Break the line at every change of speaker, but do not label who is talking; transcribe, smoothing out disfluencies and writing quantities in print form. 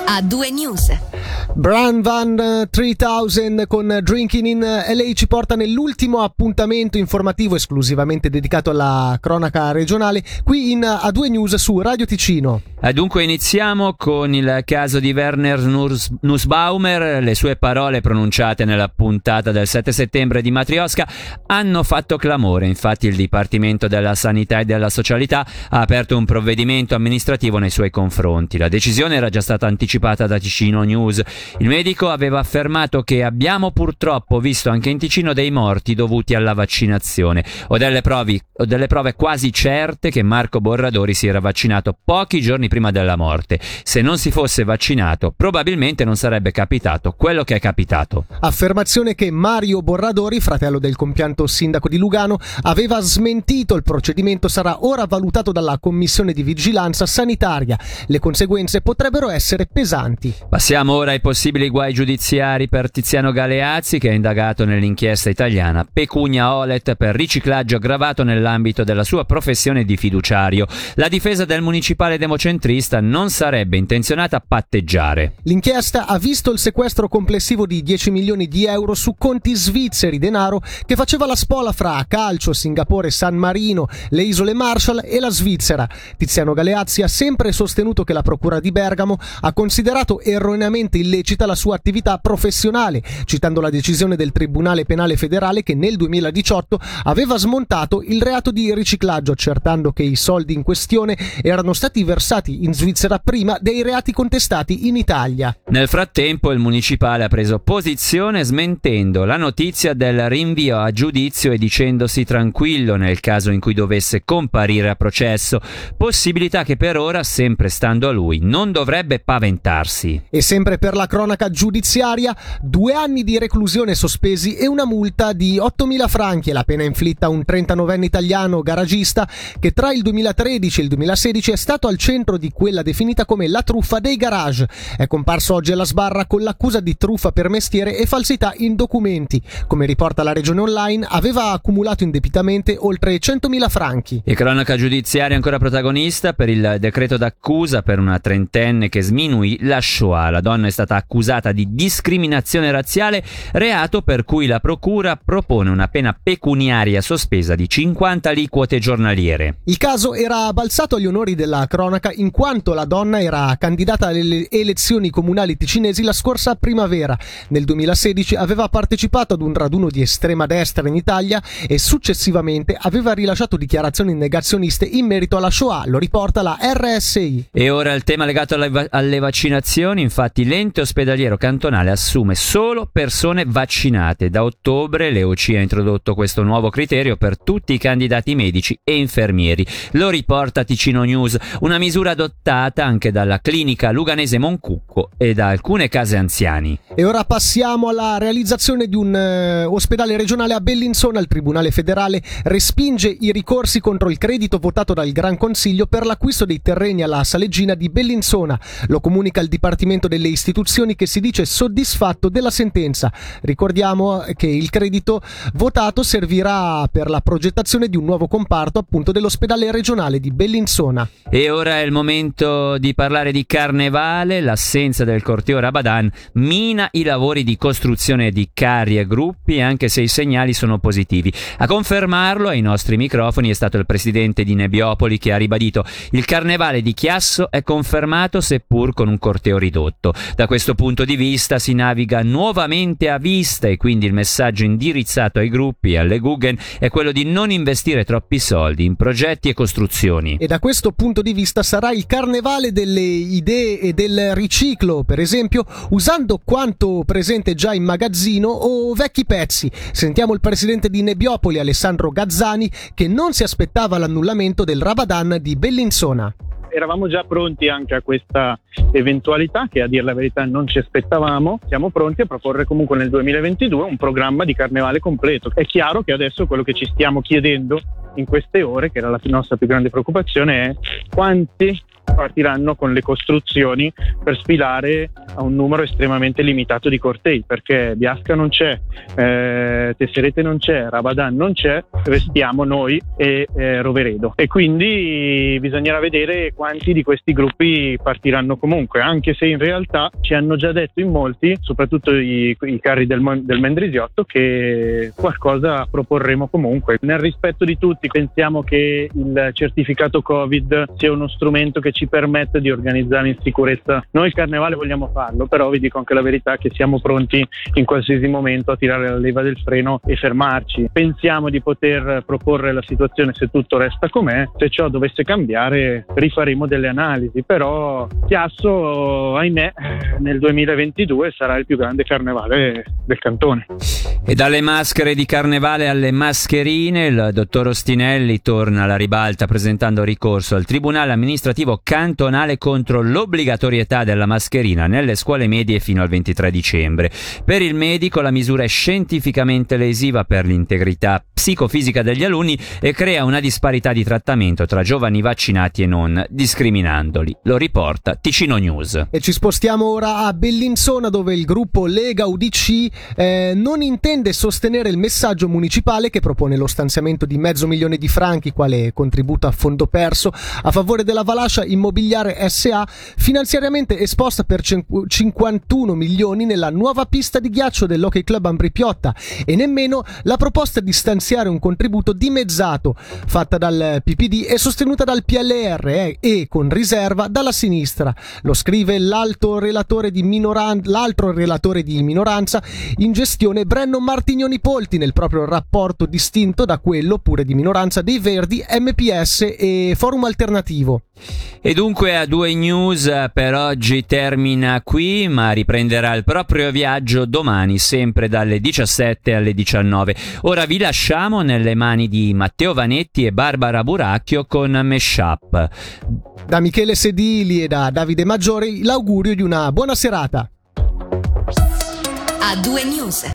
A2 News.
Bran Van 3000 con Drinking in LA ci porta nell'ultimo appuntamento informativo esclusivamente dedicato alla cronaca regionale qui in A2 News su Radio Ticino.
Dunque iniziamo con il caso di Werner Nussbaumer. Le sue parole pronunciate nella puntata del 7 settembre di Matrioska hanno fatto clamore. Infatti il Dipartimento della Sanità e della Socialità ha aperto un provvedimento amministrativo nei suoi confronti. La decisione era già stata anticipata da Ticino News. Il medico aveva affermato che abbiamo purtroppo visto anche in Ticino dei morti dovuti alla vaccinazione. Ho delle prove quasi certe che Marco Borradori si era vaccinato pochi giorni prima della morte. Se non si fosse vaccinato, probabilmente non sarebbe capitato quello che è capitato.
Affermazione che Mario Borradori, fratello del compianto sindaco di Lugano, aveva smentito. Il procedimento sarà ora valutato dalla Commissione di Vigilanza Sanitaria. Le conseguenze potrebbero essere pesanti.
Passiamo ora ai possibili guai giudiziari per Tiziano Galeazzi, che è indagato nell'inchiesta italiana Pecunia Olet per riciclaggio aggravato nell'ambito della sua professione di fiduciario. La difesa del municipale democentrista non sarebbe intenzionata a patteggiare.
L'inchiesta ha visto il sequestro complessivo di 10 milioni di euro su conti svizzeri, denaro che faceva la spola fra calcio, Singapore, San Marino, le isole Marshall e la Svizzera. Tiziano Galeazzi ha sempre sostenuto che la procura di Bergamo ha considerato erroneamente illecita la sua attività professionale, citando la decisione del Tribunale Penale Federale che nel 2018 aveva smontato il reato di riciclaggio, accertando che i soldi in questione erano stati versati in Svizzera prima dei reati contestati in Italia.
Nel frattempo il municipale ha preso posizione smentendo la notizia del rinvio a giudizio e dicendosi tranquillo nel caso in cui dovesse comparire a processo, possibilità che per ora, sempre stando a lui, non dovrebbe paventarsi.
E sempre per la cronaca giudiziaria, 2 anni di reclusione sospesi e una multa di 8.000 franchi è la pena inflitta a un 39enne italiano garagista che tra il 2013 e il 2016 è stato al centro di quella definita come la truffa dei garage. È comparso oggi alla sbarra con l'accusa di truffa per mestiere e falsità in documenti. Come riporta la Regione Online, aveva accumulato indebitamente oltre 100.000 franchi.
E cronaca giudiziaria ancora protagonista per il decreto d'accusa per una trentenne che sminuì la Shoah. La donna è stata accusata di discriminazione razziale, reato per cui la procura propone una pena pecuniaria sospesa di 50 aliquote giornaliere.
Il caso era balzato agli onori della cronaca in quanto la donna era candidata alle elezioni comunali ticinesi la scorsa primavera. Nel 2016 aveva partecipato ad un raduno di estrema destra in Italia e successivamente aveva rilasciato dichiarazioni negazioniste in merito alla Shoah, lo riporta la RSI.
E ora il tema legato alle vaccinazioni. Infatti l'ente ospedaliero cantonale assume solo persone vaccinate. Da ottobre l'EOC ha introdotto questo nuovo criterio per tutti i candidati medici e infermieri. Lo riporta Ticino News, una misura adottata anche dalla clinica luganese Moncucco e da alcune case anziani.
E ora passiamo alla realizzazione di un ospedale regionale a Bellinzona. Il Tribunale Federale respinge i ricorsi contro il credito votato dal Gran Consiglio per l'acquisto dei terreni alla Saleggina di Bellinzona. Lo comunica il Dipartimento delle Istituzioni, che si dice soddisfatto della sentenza. Ricordiamo che il credito votato servirà per la progettazione di un nuovo comparto appunto dell'ospedale regionale di Bellinzona.
E ora è il momento di parlare di carnevale. L'assenza del corteo Rabadan mina i lavori di costruzione di carri e gruppi, anche se i segnali sono positivi. A confermarlo ai nostri microfoni è stato il presidente di Nebiopoli, che ha ribadito: il carnevale di Chiasso è confermato seppur con un corteo ridotto. Da questo punto di vista si naviga nuovamente a vista e quindi il messaggio indirizzato ai gruppi e alle Guggen è quello di non investire troppi soldi in progetti e costruzioni.
E da questo punto di vista sarà il carnevale delle idee e del riciclo, per esempio usando quanto presente già in magazzino o vecchi pezzi. Sentiamo il presidente di Nebiopoli, Alessandro Gazzani, che non si aspettava l'annullamento del Rabadan di Bellinzona.
Eravamo già pronti anche a questa eventualità che, a dire la verità, non ci aspettavamo. Siamo pronti a proporre comunque nel 2022 un programma di carnevale completo. È chiaro che adesso quello che ci stiamo chiedendo in queste ore, che era la nostra più grande preoccupazione, è quanti partiranno con le costruzioni per sfilare a un numero estremamente limitato di cortei, perché Biasca non c'è, Tesserete non c'è, Rabadan non c'è, restiamo noi e Roveredo, e quindi bisognerà vedere quanti di questi gruppi partiranno comunque, anche se in realtà ci hanno già detto in molti, soprattutto i carri del Mendrisiotto, che qualcosa proporremo comunque. Nel rispetto di tutti, pensiamo che il certificato Covid sia uno strumento che ci permette di organizzare in sicurezza. Noi il carnevale vogliamo farlo, però vi dico anche la verità che siamo pronti in qualsiasi momento a tirare la leva del freno e fermarci. Pensiamo di poter proporre la situazione se tutto resta com'è. Se ciò dovesse cambiare rifaremo delle analisi, però Chiasso, ahimè, nel 2022 sarà il più grande carnevale del cantone.
E dalle maschere di carnevale alle mascherine, il dottor Ostinelli torna alla ribalta presentando ricorso al Tribunale amministrativo cantonale contro l'obbligatorietà della mascherina nelle scuole medie fino al 23 dicembre. Per il medico la misura è scientificamente lesiva per l'integrità psicofisica degli alunni e crea una disparità di trattamento tra giovani vaccinati e non, discriminandoli. Lo riporta Ticino News.
E ci spostiamo ora a Bellinzona, dove il gruppo Lega UDC non intende sostenere il messaggio municipale che propone lo stanziamento di $500,000 quale contributo a fondo perso a favore della Valascia Immobiliare SA, finanziariamente esposta per 51 milioni nella nuova pista di ghiaccio dell'Hockey Club Ambrì-Piotta, e nemmeno la proposta di stanziare un contributo dimezzato fatta dal PPD e sostenuta dal PLR e con riserva dalla sinistra. Lo scrive l'altro relatore di minoranza in gestione Brenno Martignoni Polti nel proprio rapporto distinto da quello pure di minoranza dei Verdi, MPS e Forum Alternativo.
E dunque a 2 News per oggi termina qui, ma riprenderà il proprio viaggio domani sempre dalle 17 alle 19. Ora vi lasciamo nelle mani di Matteo Vanetti e Barbara Buracchio con Meshup.
Da Michele Sedili e da Davide Maggiori l'augurio di una buona serata.
A 2 News.